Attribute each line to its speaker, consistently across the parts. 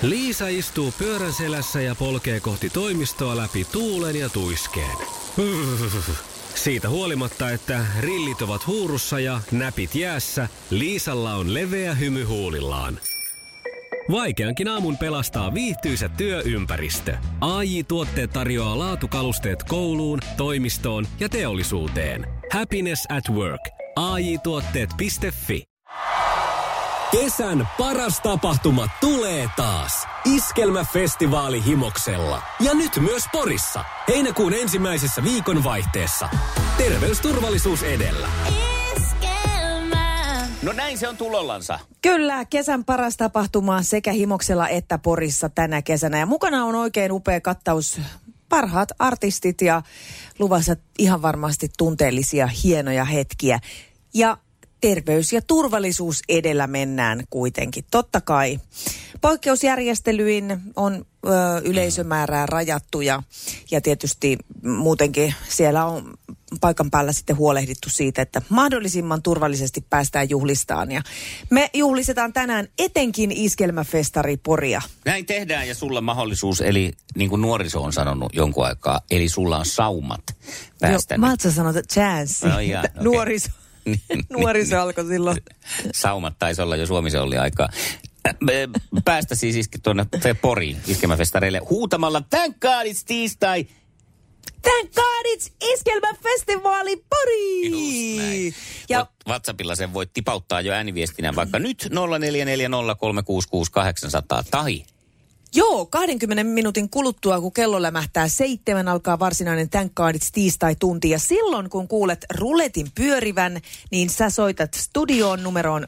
Speaker 1: Liisa istuu pyörän selässä ja polkee kohti toimistoa läpi tuulen ja tuiskeen. Siitä huolimatta, että rillit ovat huurussa ja näpit jäässä, Liisalla on leveä hymy huulillaan. Vaikeankin aamun pelastaa viihtyisä työympäristö. AJ-tuotteet tarjoaa laatukalusteet kouluun, toimistoon ja teollisuuteen. Happiness at work. AJ-tuotteet.fi. Kesän paras tapahtuma tulee taas. Iskelmäfestivaali Himoksella. Ja nyt myös Porissa. Heinäkuun ensimmäisessä viikonvaihteessa. Terveysturvallisuus edellä.
Speaker 2: Iskelmä.
Speaker 3: No näin se on tulollansa.
Speaker 4: Kyllä, kesän paras tapahtuma sekä Himoksella että Porissa tänä kesänä. Ja mukana on oikein upea kattaus, parhaat artistit ja luvassa ihan varmasti tunteellisia hienoja hetkiä. Ja terveys ja turvallisuus edellä mennään kuitenkin. Totta kai poikkeusjärjestelyin on yleisömäärää rajattu ja tietysti muutenkin siellä on paikan päällä sitten huolehdittu siitä, että mahdollisimman turvallisesti päästään juhlistaan. Ja me juhlistetaan tänään etenkin Iskelmäfestari Poria.
Speaker 3: Näin tehdään ja sulla mahdollisuus, eli niin kuin nuoriso on sanonut jonkun aikaa, eli sulla on saumat päästä.
Speaker 4: Mä oot sanonut chance.
Speaker 3: No, yeah, okay.
Speaker 4: Nuoriso alkoi silloin.
Speaker 3: Saumat taisi olla jo Suomi-Olli aikaa. Päästä siis tuonne Poriin Iskelmäfestareille huutamalla Thank God it's tiistai.
Speaker 4: Thank God it's Iskelmäfestivaali Pori!
Speaker 3: Ja WhatsAppilla sen voit tipauttaa jo ääniviestinä vaikka nyt 0440366800 tai...
Speaker 4: Joo, 20 minuutin kuluttua, kun kello lämähtää 7, alkaa varsinainen Thank God it's tiistai-tunti. Ja silloin, kun kuulet ruletin pyörivän, niin sä soitat studioon numeroon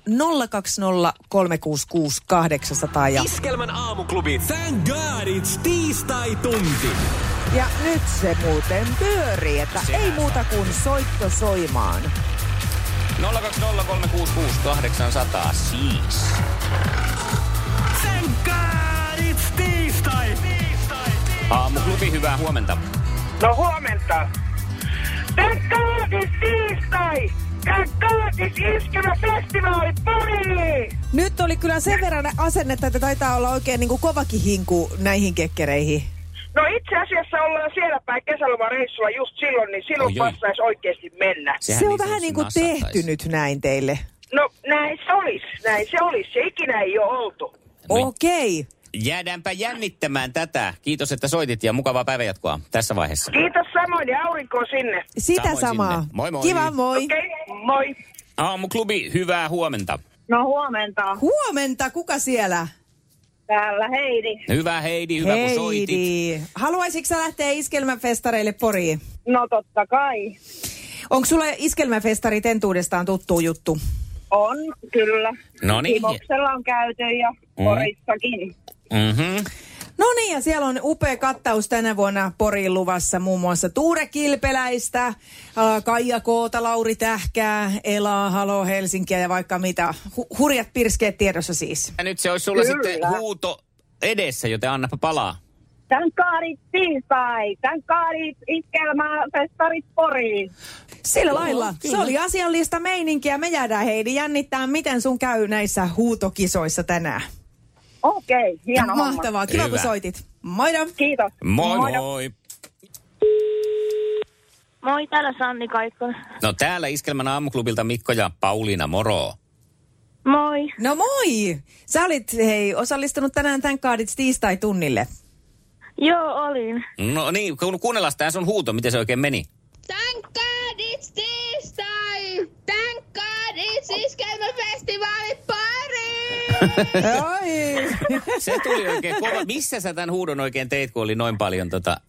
Speaker 4: 020366800.
Speaker 1: Iskelmän aamuklubi Thank God it's tiistai-tunti.
Speaker 4: Ja nyt se muuten pyörii, että ei muuta kuin soitto soimaan.
Speaker 3: 020366800 siis.
Speaker 1: Thank God it's tiistai!
Speaker 3: Aamuklubi, hyvää huomenta.
Speaker 5: No huomenta. Thank God it's tiistai! Thank God it's Iskelmäfestivaali Pori!
Speaker 4: Nyt oli kyllä sen verran asennetta, että taitaa olla oikein niin kuin kovakin hinku näihin kekkereihin.
Speaker 5: No itse asiassa ollaan siellä päin kesälomareissulla just silloin, niin silloin passaisi oikeasti mennä.
Speaker 4: Se on vähän niin kuin tehty nyt näin teille.
Speaker 5: No näin se olisi. Se ikinä ei ole oltu.
Speaker 4: Okei.
Speaker 3: Jäädäänpä jännittämään tätä. Kiitos, että soitit ja mukavaa päivänjatkoa tässä vaiheessa.
Speaker 5: Kiitos samoin ja aurinkoa sinne.
Speaker 4: Sitä
Speaker 3: samoin
Speaker 4: samaa.
Speaker 3: Sinne. Moi moi.
Speaker 4: Kiva, moi.
Speaker 5: Okei, moi.
Speaker 3: Aamuklubi, hyvää huomenta.
Speaker 6: No huomenta.
Speaker 4: Huomenta, kuka siellä?
Speaker 6: Täällä Heidi.
Speaker 3: Hyvä Heidi, hyvä kun soitit.
Speaker 4: Haluaisitko sä lähteä Iskelmäfestareille Poriin?
Speaker 6: No totta kai.
Speaker 4: Onko sulle Iskelmäfestarit entuudestaan tuttu juttu?
Speaker 6: On, kyllä.
Speaker 3: No niin.
Speaker 6: Himoksella on käyty ja Porissakin.
Speaker 3: Mm-hmm.
Speaker 4: No niin, ja siellä on upea kattaus tänä vuonna Poriin luvassa. Muun muassa Tuure Kilpeläistä, Kaija Koota, Lauri Tähkää, Elaa, Halo Helsinkiä ja vaikka mitä. Hurjat pirskeet tiedossa siis.
Speaker 3: Ja nyt se olisi sulla sitten huuto edessä, joten annapa palaa.
Speaker 6: Thank God it's tiistai. Thank God it's Iskelmäfestarit Poriin.
Speaker 4: Sillä lailla. Se oli asiallista meininkiä. Me jäädään Heidi jännittää, miten sun käy näissä huutokisoissa tänään.
Speaker 6: Okei, hieno homma.
Speaker 4: Mahtavaa. Kiva, kun soitit. Moida.
Speaker 6: Kiitos.
Speaker 3: Moi
Speaker 6: Moida.
Speaker 3: moi.
Speaker 6: Moi, täällä Sanni Kaikkonen.
Speaker 3: No täällä Iskelmän aamuklubilta Mikko ja Pauliina, moro.
Speaker 6: Moi.
Speaker 4: No moi. Sä olit, osallistunut tänään Thank God it's tiistai-tunnille.
Speaker 6: Joo, olin.
Speaker 3: No niin, kuunnellaan tää sun huuto, miten se oikein meni.
Speaker 2: Thank God it's tiistai! Thank God it's Iskelmäfestivaali Pori!
Speaker 4: Oi.
Speaker 3: Se tuli oikein kova. Missä sä tämän huudon oikein teit, kun oli noin paljon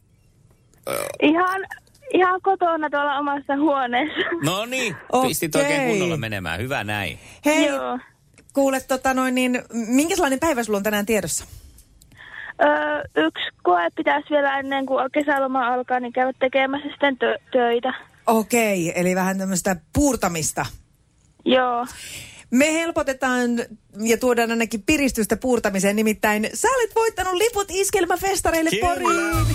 Speaker 6: Ihan kotona tuolla omassa huoneessa.
Speaker 3: No niin, pistit
Speaker 4: Okei.
Speaker 3: oikein kunnolla menemään. Hyvä näin.
Speaker 4: Hei,
Speaker 6: Joo.
Speaker 4: kuule minkälainen päivä sulla on tänään tiedossa?
Speaker 6: Yksi koe pitäisi vielä ennen kuin kesäloma alkaa, niin käydä tekemässä sitten töitä.
Speaker 4: Okei, eli vähän tämmöistä puurtamista.
Speaker 6: Joo.
Speaker 4: Me helpotetaan ja tuodaan ainakin piristystä puurtamiseen, nimittäin sä olet voittanut liput Iskelmäfestareille Poriin.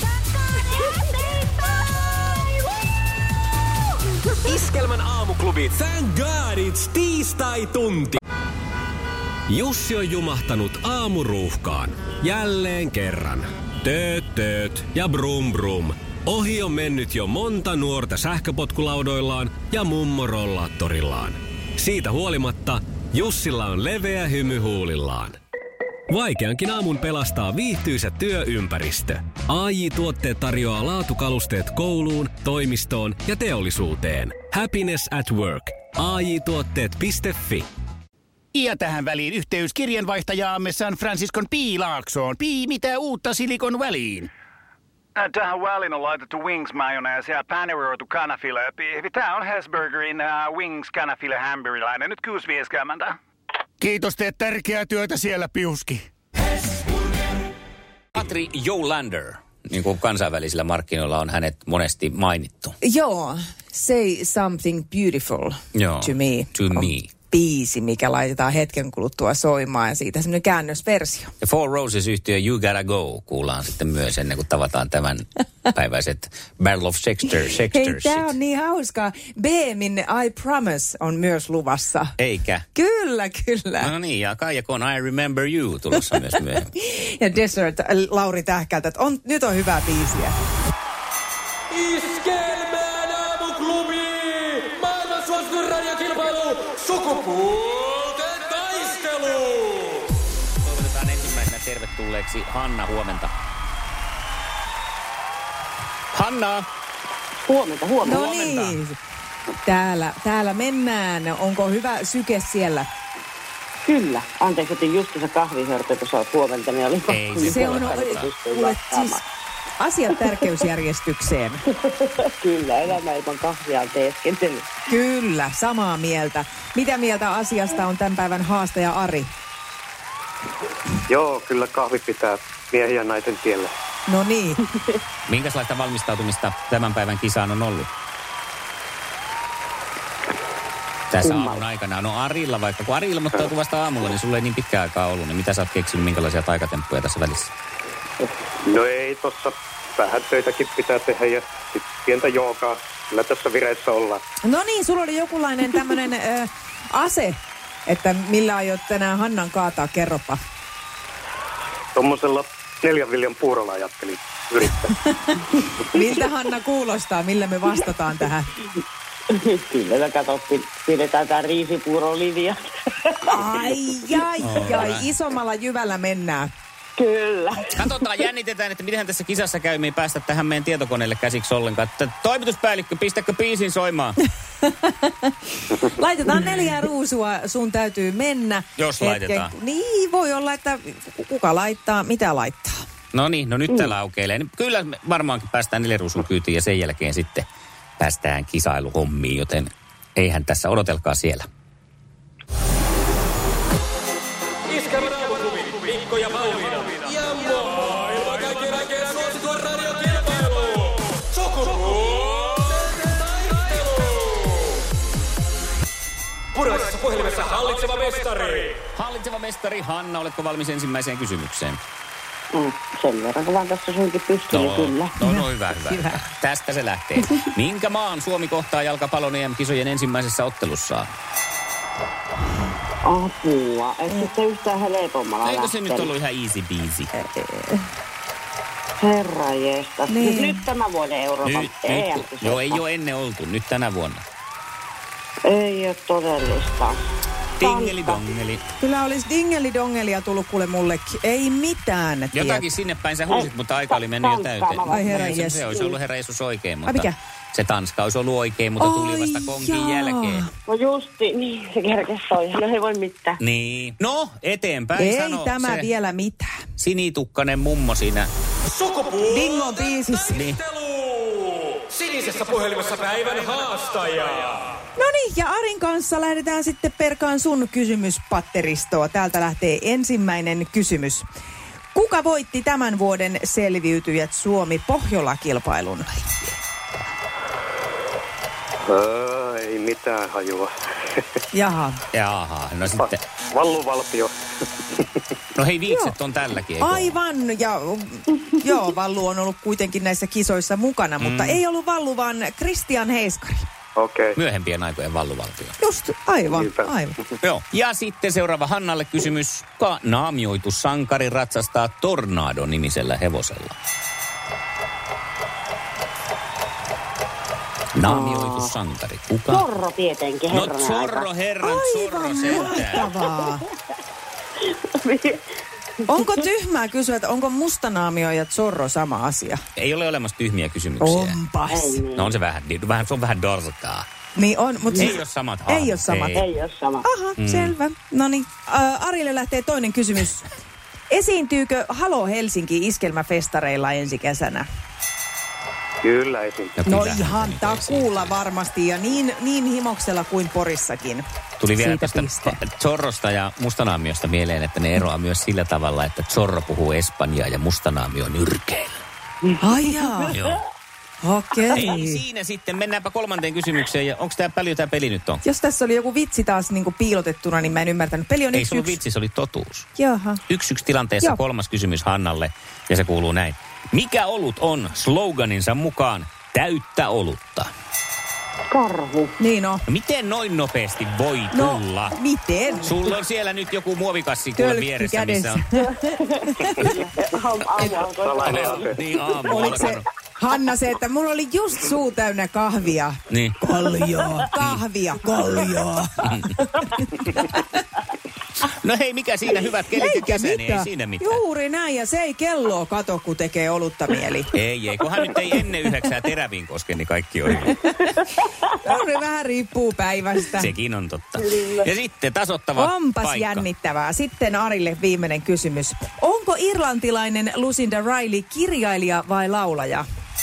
Speaker 1: Iskelmän aamuklubi Thank God it's tiistai-tunti. Jussi on jumahtanut aamuruuhkaan. Jälleen kerran. Tööt ja brum brum. Ohi on mennyt jo monta nuorta sähköpotkulaudoillaan ja mummorollaattorillaan. Siitä huolimatta Jussilla on leveä hymy huulillaan. Vaikeankin aamun pelastaa viihtyisä työympäristö. AJ-tuotteet tarjoaa laatukalusteet kouluun, toimistoon ja teollisuuteen. Happiness at work. AJ-tuotteet.fi.
Speaker 7: Ja tähän väliin yhteys kirjanvaihtajaamme San Franciscon P. Laaksoon. Mitä uutta Silikon väliin?
Speaker 8: Tähän väliin on laitettu wings mayonnaise ja paneroitu kanafila. Tämä on Hesburgerin wings kanafila hamburilainen. Nyt 6.50.
Speaker 7: Kiitos, teet tärkeää työtä siellä, Piuski.
Speaker 3: Katri Joulander, niin kuin kansainvälisillä markkinoilla on hänet monesti mainittu.
Speaker 4: Joo, Say Something Beautiful to Me.
Speaker 3: To me.
Speaker 4: Biisi, mikä laitetaan hetken kuluttua soimaan ja siitä semmoinen käännösversio.
Speaker 3: Ja Four Roses-yhtiö You Gotta Go kuullaan sitten myös ennen kuin tavataan tämän päiväiset Battle of Sexters.
Speaker 4: Hei, tää on niin hauskaa. Beemin I Promise on myös luvassa.
Speaker 3: Eikä?
Speaker 4: Kyllä.
Speaker 3: No niin, ja Kaijakon I Remember You tulossa myös myöhemmin.
Speaker 4: Ja Desert Lauri Tähkältä, että nyt on hyvää biisiä.
Speaker 9: Iskelmään aamuklubi! Maailman suosituin radiokilpailu! Sukupuolten taistelu!
Speaker 3: Toivotetaan ensimmäisenä tervetulleeksi Hanna, huomenta. Hanna!
Speaker 10: Huomenta.
Speaker 4: No niin, täällä mennään. Onko hyvä syke siellä?
Speaker 10: Kyllä. Anteeksi, otin justiinsa kahvihörpöä, kun sä oot huomenta, niin oli
Speaker 3: ei,
Speaker 4: se on kuule, siis asiat tärkeysjärjestykseen.
Speaker 10: Kyllä, elämä ilman kahvia on teeskentely.
Speaker 4: Kyllä, samaa mieltä. Mitä mieltä asiasta on tämän päivän haastaja Ari?
Speaker 11: Joo, kyllä kahvi pitää miehen ja naisen tielle.
Speaker 4: No niin.
Speaker 3: Minkälaista valmistautumista tämän päivän kisaan on ollut? Tässä aamun aikana. No Arilla vaikka, kun Ari ilmoittautui vasta aamulla, niin sulla ei niin pitkään aikaa ollut. Niin mitä sä oot keksinyt, minkälaisia taikatemppuja tässä välissä?
Speaker 11: No ei, tossa vähän töitäkin pitää tehdä ja sit pientä joogaa. Kyllä tässä vireessä ollaan.
Speaker 4: No niin, sulla oli jokinlainen tämmönen ase, että millä aiot tänään Hannan kaataa, kerropa.
Speaker 11: Tuommoisella 4 viljan puurolla ajattelin yrittää.
Speaker 4: Miltä Hanna kuulostaa, millä me vastataan tähän?
Speaker 10: Kyllä, me pidetään tää riisipuuron linja.
Speaker 4: Ai, isommalla jyvällä mennään.
Speaker 10: Kyllä.
Speaker 3: Katsotaan, jännitetään, että miten tässä kisassa käy, ei päästä tähän meidän tietokoneelle käsiksi ollenkaan. Toimituspäällikkö, pistäkö biisin soimaan?
Speaker 4: Laitetaan 4 ruusua, sun täytyy mennä.
Speaker 3: Jos laitetaan.
Speaker 4: Niin, voi olla, että kuka laittaa, mitä laittaa.
Speaker 3: No niin, no nyt täällä aukeilee. Kyllä me varmaankin päästään 4 ruusun kyytiin ja sen jälkeen sitten päästään kisailuhommiin, joten eihän tässä, odotelkaa siellä.
Speaker 9: Iskelmän aamuklubi, Mikko ja Pauliina. Ja maailman kaikkien aikeen suosituen radiokilpailu. Sukupuolten taistelu. Puraisessa puhelimessa hallitseva mestari.
Speaker 3: Hallitseva mestari Hanna, oletko valmis ensimmäiseen kysymykseen?
Speaker 10: Sen verran, kun vaan tässä suinkin pystyy, niin kyllä.
Speaker 3: No hyvä. Tästä se lähtee. Minkä maan Suomi kohtaa jalkapallon EM-kisojen ensimmäisessä ottelussaan?
Speaker 10: Apua. Eikö sitten yhtään helpommalla lähtenyt?
Speaker 3: Eikö se nyt ollut ihan easy peasy?
Speaker 10: Herranjeesta.
Speaker 4: Niin.
Speaker 10: Nyt tämän vuoden Euroopan EM-kisoissa.
Speaker 3: Joo, ei ole ennen oltu. Nyt tänä vuonna.
Speaker 10: Ei ole todellista.
Speaker 3: Dingeli-dongeli.
Speaker 4: Kyllä olisi dingeli-dongelia tullut kuule mullekin. Ei mitään.
Speaker 3: Jotakin sinne päin sä huusit, mutta aika oli mennyt jo täyteen.
Speaker 4: Ai herra Jeesus.
Speaker 3: Se olisi ollut herra Jeesus oikein, mutta
Speaker 4: mikä?
Speaker 3: se Tanska olisi ollut oikein, mutta tuli vasta konkin jälkeen.
Speaker 10: No justi, niin se kerkesi toi. No ei voi mitään.
Speaker 3: Niin. No, eteenpäin
Speaker 4: ei
Speaker 3: sano
Speaker 4: tämä
Speaker 3: se
Speaker 4: vielä mitään.
Speaker 3: sinitukkanen mummo siinä.
Speaker 4: Dingon biisissä.
Speaker 3: Niin.
Speaker 9: Sinisessä puhelimessa päivän haastaja.
Speaker 4: No niin, ja Arin kanssa lähdetään sitten perkaan sun kysymyspatteristoa. Täältä lähtee ensimmäinen kysymys. Kuka voitti tämän vuoden selviytyjät Suomi-Pohjola-kilpailun?
Speaker 11: Ei mitään hajua.
Speaker 4: Jaha,
Speaker 3: no sitten.
Speaker 11: Vallu-Valpio.
Speaker 3: No hei, viikset on tälläkin, eikö?
Speaker 4: Aivan, ja joo, Vallu on ollut kuitenkin näissä kisoissa mukana, mutta ei ollut Vallu, vaan Christian Heiskari.
Speaker 11: Okei.
Speaker 3: Myöhempien aikojen valluvaltio.
Speaker 4: Just, aivan.
Speaker 3: Joo. Ja sitten seuraava Hannalle kysymys. Kuka naamioitu sankari ratsastaa Tornado-nimisellä hevosella? Naamioitu sankari. Kuka?
Speaker 10: Zorro tietenkin,
Speaker 3: No Zorro, Zorro sentään.
Speaker 4: Onko tyhmää kysyä, että onko mustanaamio ja Zorro sama asia?
Speaker 3: Ei ole olemassa tyhmiä kysymyksiä.
Speaker 4: Onpas.
Speaker 3: No on se vähän dorkaa.
Speaker 4: Niin on, mutta
Speaker 3: ei ole samat.
Speaker 4: Ei ole samat.
Speaker 10: Ei ole samat.
Speaker 4: Aha, selvä. No niin, Arille lähtee toinen kysymys. Esiintyykö Halo Helsinki iskelmäfestareilla ensi kesänä?
Speaker 11: Kyllä esiintyy.
Speaker 4: No ihan takuulla varmasti ja niin Himoksella kuin Porissakin.
Speaker 3: Tuli vielä
Speaker 4: siitä
Speaker 3: tästä Zorrosta ja mustanaamiosta mieleen, että ne eroaa myös sillä tavalla, että Zorro puhuu espanjaa ja mustanaamio nyrkeillä.
Speaker 4: Ai jaa.
Speaker 3: Joo.
Speaker 4: Okei.
Speaker 3: Ei siinä sitten. Mennäänpä kolmanteen kysymykseen. Ja onko tämä paljon tämä peli nyt on?
Speaker 4: Jos tässä oli joku vitsi taas niin kuin piilotettuna, niin mä en ymmärtänyt. Peli on
Speaker 3: Ei se ollut vitsi, se oli totuus.
Speaker 4: Jaha.
Speaker 3: 1-1 tilanteessa.
Speaker 4: Joo.
Speaker 3: Kolmas kysymys Hannalle. Ja se kuuluu näin. Mikä olut on sloganinsa mukaan täyttä olutta?
Speaker 10: Karhu.
Speaker 4: Niin on.
Speaker 3: No miten noin nopeasti voi tulla?
Speaker 4: No, miten?
Speaker 3: Sulla on siellä nyt joku muovikassi kuule vieressä, missä on... Niin,
Speaker 4: Oliko se, Hanna, se, että mulla oli just suu täynnä kahvia.
Speaker 3: Niin.
Speaker 4: Kaljoa. Kahvia, kaljoa.
Speaker 3: No hei, mikä siinä hyvät kelit ja kesä, niin ei siinä mitään.
Speaker 4: Juuri näin, ja se ei kelloa kato, kun tekee olutta mieli.
Speaker 3: Ei, kunhan nyt ei ennen 9 teräviin koske, niin kaikki on hyvin.
Speaker 4: No, vähän riippuu päivästä.
Speaker 3: Sekin on totta. Ja sitten tasoittava
Speaker 4: Onpas
Speaker 3: paikka.
Speaker 4: jännittävää. Sitten Arille viimeinen kysymys. Onko irlantilainen Lucinda Riley kirjailija vai laulaja?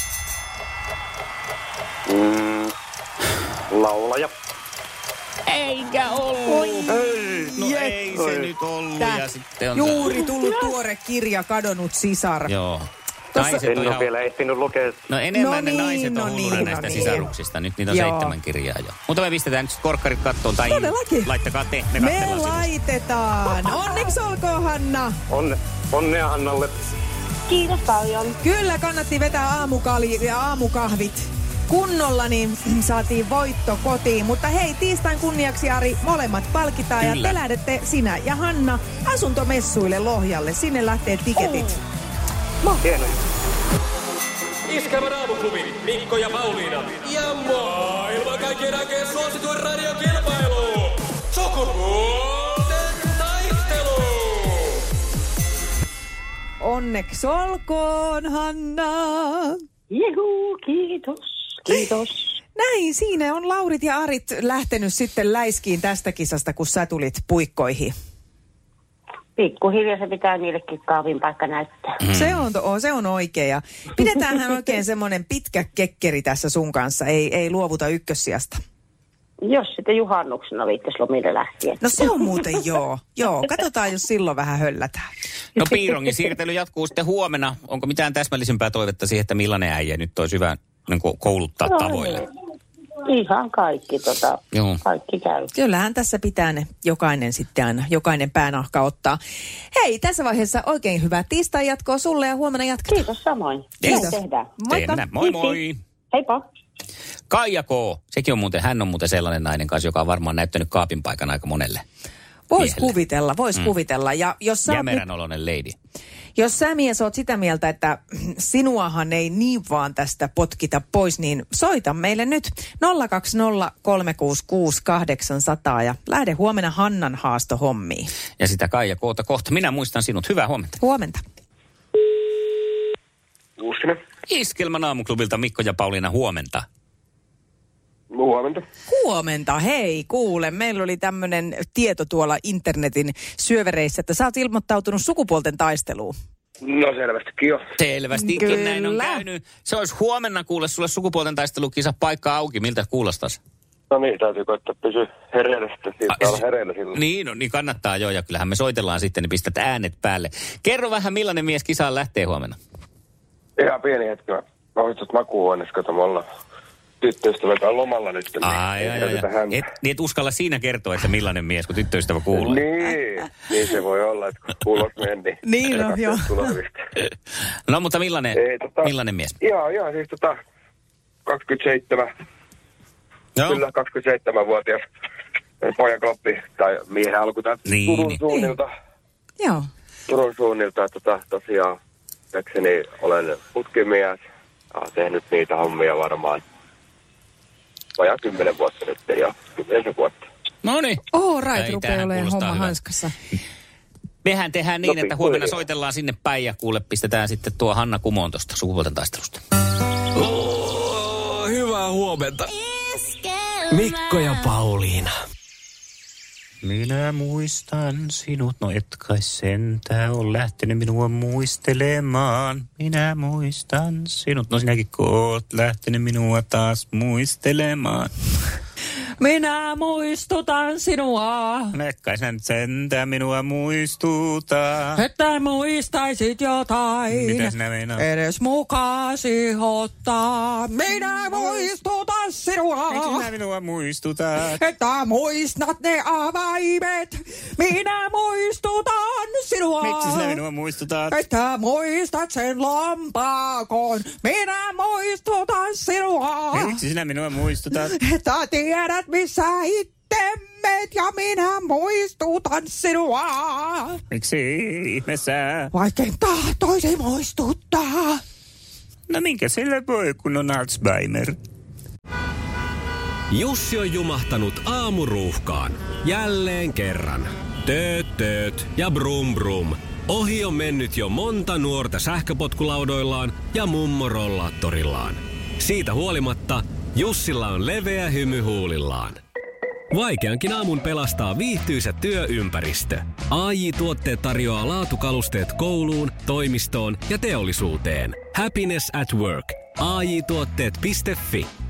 Speaker 11: Laulaja.
Speaker 3: Eikä ollut. No ei se nyt ollut. Ja sitten on
Speaker 4: juuri tullut tuore kirja Kadonnut sisar.
Speaker 3: Joo.
Speaker 11: En ole vielä ehtinyt lukea.
Speaker 3: No enemmän ne naiset on hulluna näistä sisaruksista. Nyt niitä on 7 kirjaa jo. Mutta me pistetään nyt korkkarit kattoon tai laittakaa te.
Speaker 4: Me laitetaan. Onneksi olkoon, Hanna.
Speaker 11: Onnea Hannalle.
Speaker 10: Kiitos paljon.
Speaker 4: Kyllä kannatti vetää aamukali ja aamukahvit kunnolla, niin saatiin voitto kotiin. Mutta hei, tiistain kunniaksi, Ari, molemmat palkitaan. Kyllä. Ja te lähdette sinä ja Hanna asuntomessuille Lohjalle. Sinne lähtee tiketit.
Speaker 11: Hienoja.
Speaker 9: Iskelmän aamuklubi, Mikko ja Pauliina. Ja maailman kaikkien aikeen suosituen radiokilpailu. Sukupuolten taistelu.
Speaker 4: Onneksi olkoon, Hanna.
Speaker 10: Juhu, kiitos.
Speaker 4: Näin, siinä on Laurit ja Arit lähtenyt sitten läiskiin tästä kisasta, kun sä tulit puikkoihin.
Speaker 10: Pikkuhiljaa se pitää niillekin kaapin paikka näyttää.
Speaker 4: Se on oikein. Ja pidetäänhän oikein semmoinen pitkä kekkeri tässä sun kanssa. Ei luovuta ykkössijasta.
Speaker 10: Jos sitten juhannuksena viittäisi lomille lähtien.
Speaker 4: No se on muuten joo. Katsotaan, jos silloin vähän höllätään.
Speaker 3: No piirongin siirtely jatkuu sitten huomenna. Onko mitään täsmällisempää toivetta siihen, että millainen äijä nyt olisi hyvä niin kouluttaa tavoille?
Speaker 10: Ihan kaikki, kaikki käy.
Speaker 4: Kyllähän tässä pitää ne jokainen päänahka ottaa. Hei, tässä vaiheessa oikein hyvää tiistai jatkoa sulle ja huomenna jatketaan.
Speaker 10: Kiitos samoin.
Speaker 3: Kiitos.
Speaker 10: Tehdään.
Speaker 4: Moikka.
Speaker 3: Moi moi.
Speaker 10: Heippa.
Speaker 3: Kaija K. Hän on muuten sellainen nainen kanssa, joka on varmaan näyttänyt kaapin paikan aika monelle.
Speaker 4: Vois kuvitella. Ja jos
Speaker 3: jämerän oloinen lady.
Speaker 4: Jos sä mies oot sitä mieltä, että sinuahan ei niin vaan tästä potkita pois, niin soita meille nyt 020366800 ja lähde huomenna Hannan haastohommiin.
Speaker 3: Ja sitä Kaija Koota kohta. Minä muistan sinut. Hyvää huomenta.
Speaker 4: Huomenta.
Speaker 11: Uskinen.
Speaker 3: Iskelmän aamuklubilta Mikko ja Pauliina, huomenta.
Speaker 11: Huomenta.
Speaker 4: Huomenta, hei, kuule. Meillä oli tämmöinen tieto tuolla internetin syövereissä, että sä oot ilmoittautunut sukupuolten taisteluun.
Speaker 11: No selvästikin jo.
Speaker 3: Selvästikin
Speaker 4: Kyllä.
Speaker 3: Näin on käynyt. Se olisi huomenna kuule sulle sukupuolten taistelukisa paikka auki. Miltä kuulostaisi?
Speaker 11: No niin, täytyy koittaa pysyä hereillä sitten. Siitä on hereillä silloin.
Speaker 3: Niin kannattaa joo, ja kyllähän me soitellaan sitten, niin pistät äänet päälle. Kerro vähän, millainen mies kisaan lähtee huomenna?
Speaker 11: Ihan pieni hetki. Mä oon makuuhuoneessa, kato, me ollaan tyttöystävä on lomalla nyt.
Speaker 3: Niin et uskalla siinä kertoa, että millainen mies, kun tyttöystävä kuuluu.
Speaker 11: Niin se voi olla, että kun kuulot meni.
Speaker 4: Niin no, joo.
Speaker 3: No, mutta millainen mies?
Speaker 11: Joo, siis 27.
Speaker 3: Joo.
Speaker 11: Kyllä, 27-vuotias pojan kloppi, tai miehen alkutaan Turun suunnilta.
Speaker 4: Joo.
Speaker 11: Turun suunnilta, tosiaan, tekseni olen putkimies. Olen tehnyt niitä hommia varmaan vajaa 10 vuotta nyt ja 10 vuotta.
Speaker 3: Noniin.
Speaker 4: Right, rupeaa olemaan homma hanskassa.
Speaker 3: Mehän tehdään niin, että huomenna soitellaan sinne päin ja kuule pistetään sitten tuo Hanna Kumoon tuosta sukupuolten taistelusta.
Speaker 1: Hyvää huomenta. Mikko ja Pauliina.
Speaker 3: Minä muistan sinut, no et kai sentään on lähtenyt minua muistelemaan. Minä muistan sinut, no sinäkin oot lähtenyt minua taas muistelemaan.
Speaker 4: Minä muistutan sinua.
Speaker 3: Et kai sä nyt sentään minua muistuta.
Speaker 4: Että muistaisit jotain.
Speaker 3: Mitä sinä meinaat?
Speaker 4: Edes mukaasi ottaa. Minä muistutan sinua.
Speaker 3: Miksi sinä minua muistutat?
Speaker 4: Että muistat ne avaimet. Minä muistutan sinua.
Speaker 3: Miksi sinä minua muistutat?
Speaker 4: Että muistat sen lompakon. Minä muistutan sinua.
Speaker 3: Miksi sinä minua muistutat?
Speaker 4: Että tiedät missä ittemmet ja minä muistutan sinua.
Speaker 3: Miksi ihmeessä?
Speaker 4: Vaikka tahtoisi muistuttaa.
Speaker 3: No minkä sillä voi, kun on Alzheimer?
Speaker 1: Jussi on jumahtanut aamuruuhkaan. Jälleen kerran. Tööt ja brum brum. Ohi on mennyt jo monta nuorta sähköpotkulaudoillaan ja mummorollaattorillaan. Siitä huolimatta Jussilla on leveä hymy huulillaan. Vaikeankin aamun pelastaa viihtyisä työympäristö. AJ-tuotteet tarjoaa laatukalusteet kouluun, toimistoon ja teollisuuteen. Happiness at work. AJ-tuotteet.fi